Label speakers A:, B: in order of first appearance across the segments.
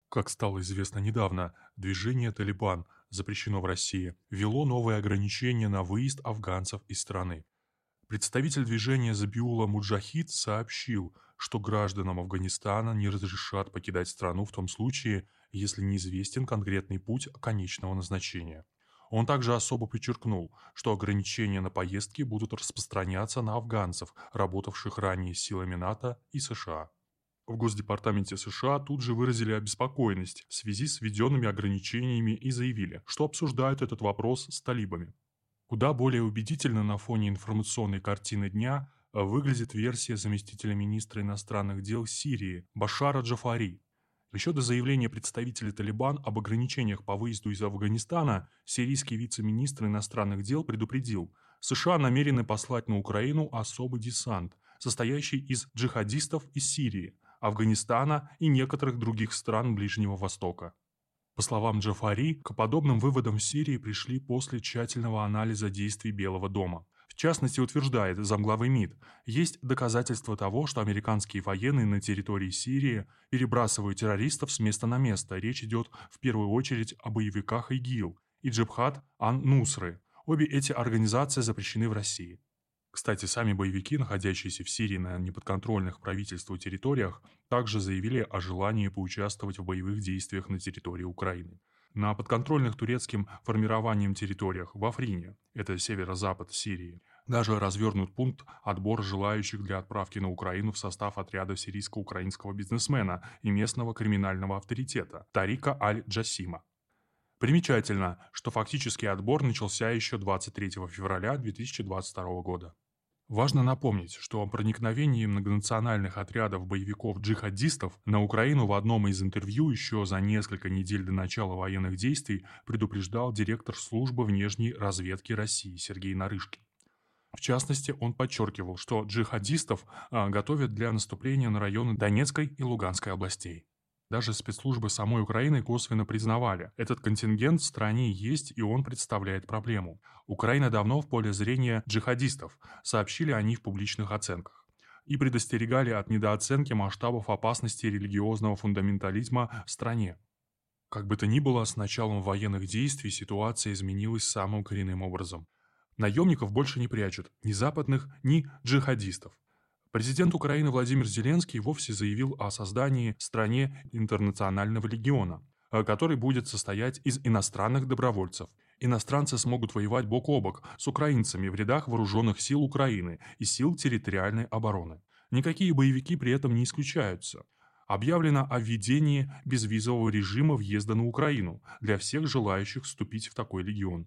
A: Как стало известно недавно, движение «Талибан» запрещено в России, ввело новые ограничения на выезд афганцев из страны. Представитель движения Забиула Муджахид сообщил, что гражданам Афганистана не разрешат покидать страну в том случае, если неизвестен конкретный путь конечного назначения. Он также особо подчеркнул, что ограничения на поездки будут распространяться на афганцев, работавших ранее с силами НАТО и США. В Госдепартаменте США тут же выразили обеспокоенность в связи с введенными ограничениями и заявили, что обсуждают этот вопрос с талибами. Куда более убедительно на фоне информационной картины дня выглядит версия заместителя министра иностранных дел Сирии Башара Джафари. Еще до заявления представителей Талибан об ограничениях по выезду из Афганистана сирийский вице-министр иностранных дел предупредил, США намерены послать на Украину особый десант, состоящий из джихадистов из Сирии, Афганистана и некоторых других стран Ближнего Востока. По словам Джафари, к подобным выводам в Сирии пришли после тщательного анализа действий Белого дома. В частности, утверждает замглавы МИД, есть доказательства того, что американские военные на территории Сирии перебрасывают террористов с места на место. Речь идет в первую очередь о боевиках ИГИЛ и Джабхат ан-Нусры. Обе эти организации запрещены в России. Кстати, сами боевики, находящиеся в Сирии на неподконтрольных правительству территориях, также заявили о желании поучаствовать в боевых действиях на территории Украины. На подконтрольных турецким формированием территориях в Африне, это северо-запад Сирии, даже развернут пункт отбора желающих для отправки на Украину в состав отряда сирийско-украинского бизнесмена и местного криминального авторитета Тарика Аль-Джасима. Примечательно, что фактический отбор начался еще 23 февраля 2022 года. Важно напомнить, что о проникновении многонациональных отрядов боевиков-джихадистов на Украину в одном из интервью еще за несколько недель до начала военных действий предупреждал директор службы внешней разведки России Сергей Нарышкин. В частности, он подчеркивал, что джихадистов готовят для наступления на районы Донецкой и Луганской областей. Даже спецслужбы самой Украины косвенно признавали, этот контингент в стране есть и он представляет проблему. Украина давно в поле зрения джихадистов, сообщили они в публичных оценках. И предостерегали от недооценки масштабов опасности религиозного фундаментализма в стране. Как бы то ни было, с началом военных действий ситуация изменилась самым коренным образом. Наемников больше не прячут, ни западных, ни джихадистов. Президент Украины Владимир Зеленский вовсе заявил о создании в стране интернационального легиона, который будет состоять из иностранных добровольцев. Иностранцы смогут воевать бок о бок с украинцами в рядах вооруженных сил Украины и сил территориальной обороны. Никакие боевики при этом не исключаются. Объявлено о введении безвизового режима въезда на Украину для всех желающих вступить в такой легион.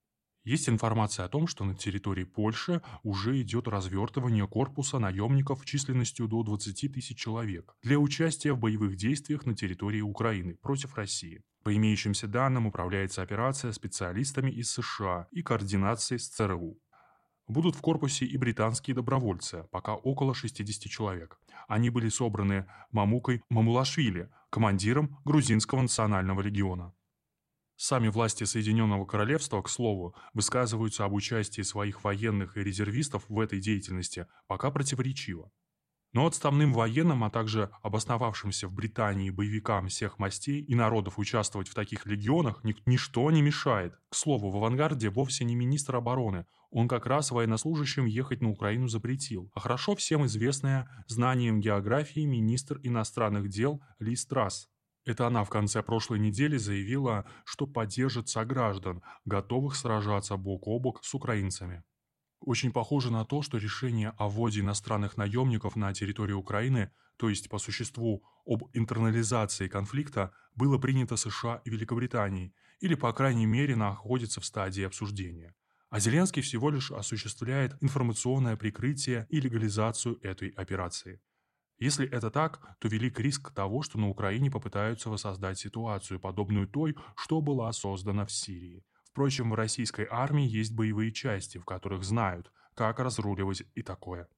A: Есть информация о том, что на территории Польши уже идет развертывание корпуса наемников численностью до 20 тысяч человек для участия в боевых действиях на территории Украины против России. По имеющимся данным, управляется операция специалистами из США и координацией с ЦРУ. Будут в корпусе и британские добровольцы, пока около 60 человек. Они были собраны Мамукой Мамулашвили, командиром грузинского национального легиона. Сами власти Соединенного Королевства, к слову, высказываются об участии своих военных и резервистов в этой деятельности пока противоречиво. Но отставным военным, а также обосновавшимся в Британии боевикам всех мастей и народов участвовать в таких легионах ничто не мешает. К слову, в авангарде вовсе не министр обороны, он как раз военнослужащим ехать на Украину запретил, а хорошо всем известная знанием географии министр иностранных дел Лиз Трасс. Это она в конце прошлой недели заявила, что поддержит сограждан, готовых сражаться бок о бок с украинцами. Очень похоже на то, что решение о вводе иностранных наемников на территорию Украины, то есть по существу об интернализации конфликта, было принято США и Великобританией, или по крайней мере находится в стадии обсуждения. А Зеленский всего лишь осуществляет информационное прикрытие и легализацию этой операции. Если это так, то велик риск того, что на Украине попытаются воссоздать ситуацию, подобную той, что была создана в Сирии. Впрочем, в российской армии есть боевые части, в которых знают, как разруливать и такое.